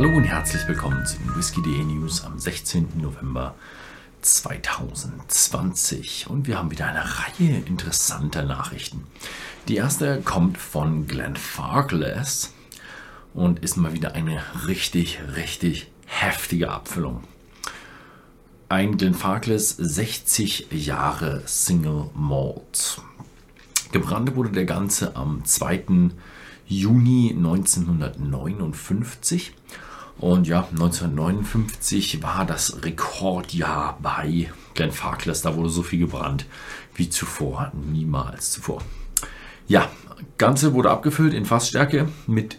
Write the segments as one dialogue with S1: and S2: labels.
S1: Hallo und herzlich willkommen zu den Whisky.de News am 16. November 2020. Und wir haben wieder eine Reihe interessanter Nachrichten. Die erste kommt von Glenfarclas und ist mal wieder eine richtig heftige Abfüllung. Ein Glenfarclas 60 Jahre Single Malt. Gebrannt wurde der Ganze am 2. Juni 1959. Und ja, 1959 war das Rekordjahr bei Glenfarclas. Da wurde so viel gebrannt wie zuvor, niemals zuvor. Ja, Ganze wurde abgefüllt in Fassstärke mit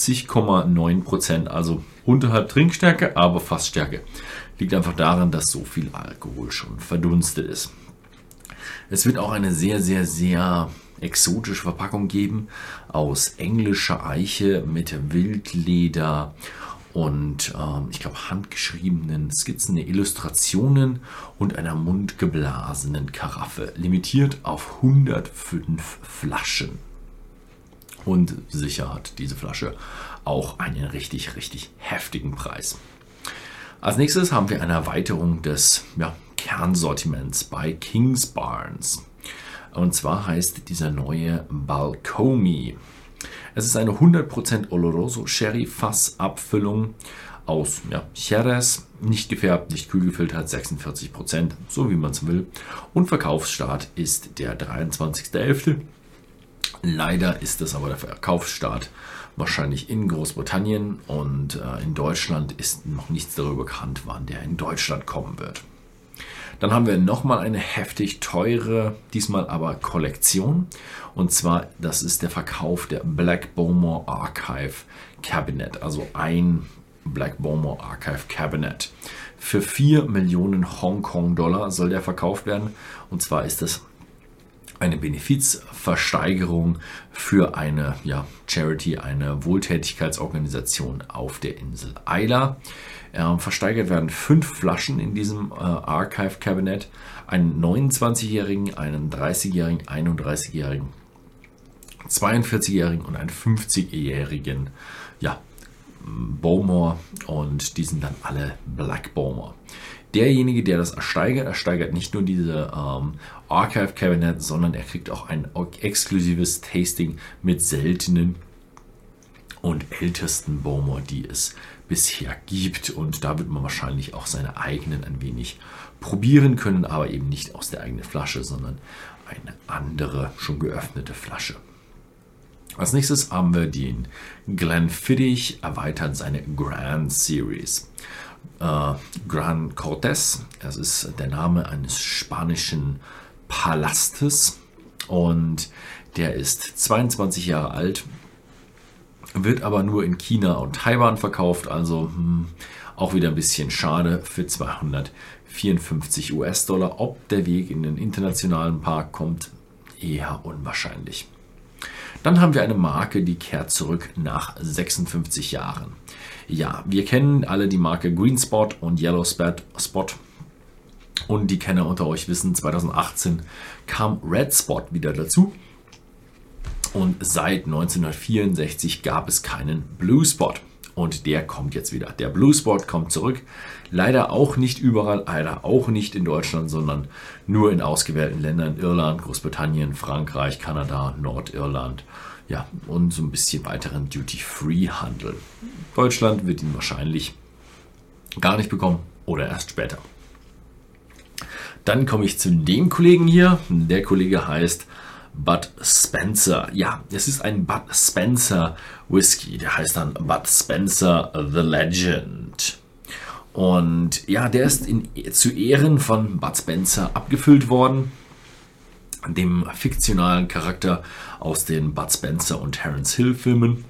S1: 40,9%, also unterhalb Trinkstärke, aber Fassstärke. Liegt einfach daran, dass so viel Alkohol schon verdunstet ist. Es wird auch eine sehr exotische Verpackung geben aus englischer Eiche mit Wildleder und ich glaube handgeschriebenen Skizzen, Illustrationen und einer mundgeblasenen Karaffe. Limitiert auf 105 Flaschen. Und sicher hat diese Flasche auch einen richtig heftigen Preis. Als nächstes haben wir eine Erweiterung des Kernsortiments bei Kingsbarns. Und zwar heißt dieser neue Balcomi. Es ist eine 100% Oloroso Sherry Fassabfüllung aus Jerez, nicht gefärbt, nicht kühl gefiltert, 46%, so wie man es will. Und Verkaufsstart ist der 23.11. Leider ist es aber der Verkaufsstart wahrscheinlich in Großbritannien und in Deutschland ist noch nichts darüber bekannt, wann der in Deutschland kommen wird. Dann haben wir nochmal eine heftig teure, diesmal aber Kollektion. Und zwar, das ist der Verkauf der Black Bowmore Archive Cabinet. Also ein Black Bowmore Archive Cabinet. Für 4 Millionen Hongkong-Dollar soll der verkauft werden. Und zwar ist das eine Benefizversteigerung für eine Charity, eine Wohltätigkeitsorganisation auf der Insel Isla. Versteigert werden 5 Flaschen in diesem Archive Cabinet, einen 29-Jährigen, einen 30-Jährigen, 31-Jährigen, 42-Jährigen und einen 50-Jährigen Bowmore, und die sind dann alle Black Bowmore. Derjenige, der das ersteigert nicht nur diese Archive Cabinet, sondern er kriegt auch ein exklusives Tasting mit seltenen und ältesten Bowmore, die es bisher gibt. Und da wird man wahrscheinlich auch seine eigenen ein wenig probieren können, aber eben nicht aus der eigenen Flasche, sondern eine andere, schon geöffnete Flasche. Als nächstes haben wir den Glenfiddich, erweitert seine Grand Series. Gran Cortés, das ist der Name eines spanischen Palastes und der ist 22 Jahre alt, wird aber nur in China und Taiwan verkauft, also auch wieder ein bisschen schade für 254 US-Dollar. Ob der Weg in den internationalen Park kommt, eher unwahrscheinlich. Dann haben wir eine Marke, die kehrt zurück nach 56 Jahren. Ja, wir kennen alle die Marke Green Spot und Yellow Spot. Und die Kenner unter euch wissen, 2018 kam Red Spot wieder dazu. Und seit 1964 gab es keinen Blue Spot. Und der kommt jetzt wieder. Der Blue Spot kommt zurück. Leider auch nicht überall, leider auch nicht in Deutschland, sondern nur in ausgewählten Ländern. Irland, Großbritannien, Frankreich, Kanada, Nordirland. Ja, und so ein bisschen weiteren Duty-Free-Handel. Deutschland wird ihn wahrscheinlich gar nicht bekommen oder erst später. Dann komme ich zu dem Kollegen hier. Der Kollege heißt Bud Spencer. Ja, es ist ein Bud Spencer Whisky. Der heißt dann Bud Spencer The Legend. Und ja, der ist zu Ehren von Bud Spencer abgefüllt worden, dem fiktionalen Charakter aus den Bud Spencer und Terence Hill Filmen.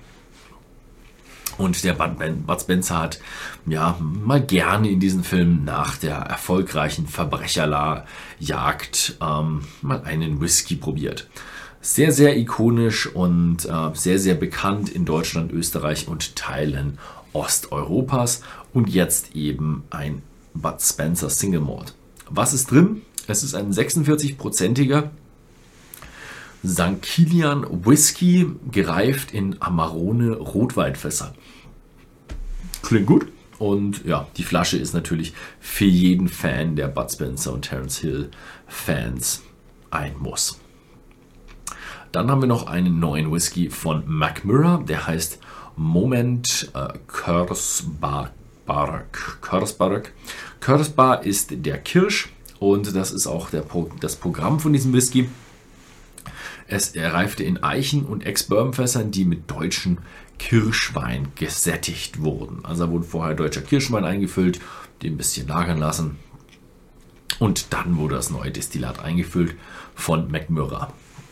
S1: Und der Bud Spencer hat mal gerne in diesen Filmen nach der erfolgreichen Verbrecherjagd mal einen Whisky probiert. Sehr ikonisch und sehr bekannt in Deutschland, Österreich und Teilen Osteuropas. Und jetzt eben ein Bud Spencer Single Malt. Was ist drin? Es ist ein 46-prozentiger St. Kilian Whisky, gereift in Amarone Rotweinfässer. Klingt gut. Und ja, die Flasche ist natürlich für jeden Fan der Bud Spencer und Terence Hill Fans ein Muss. Dann haben wir noch einen neuen Whisky von Mackmyra, der heißt Moment Kurzbarg. Kurzbarg ist der Kirsch und das ist auch das Programm von diesem Whisky. Er reifte in Eichen- und Ex-Bourbon-Fässern, die mit deutschem Kirschwein gesättigt wurden. Also da wurde vorher deutscher Kirschwein eingefüllt, den ein bisschen lagern lassen und dann wurde das neue Destillat eingefüllt von Mackmyra.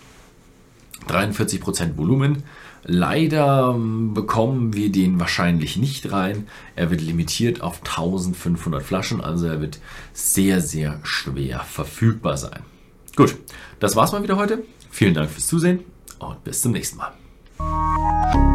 S1: 43% Volumen. Leider bekommen wir den wahrscheinlich nicht rein. Er wird limitiert auf 1500 Flaschen, also er wird sehr, sehr schwer verfügbar sein. Gut, das war's mal wieder heute. Vielen Dank fürs Zusehen und bis zum nächsten Mal.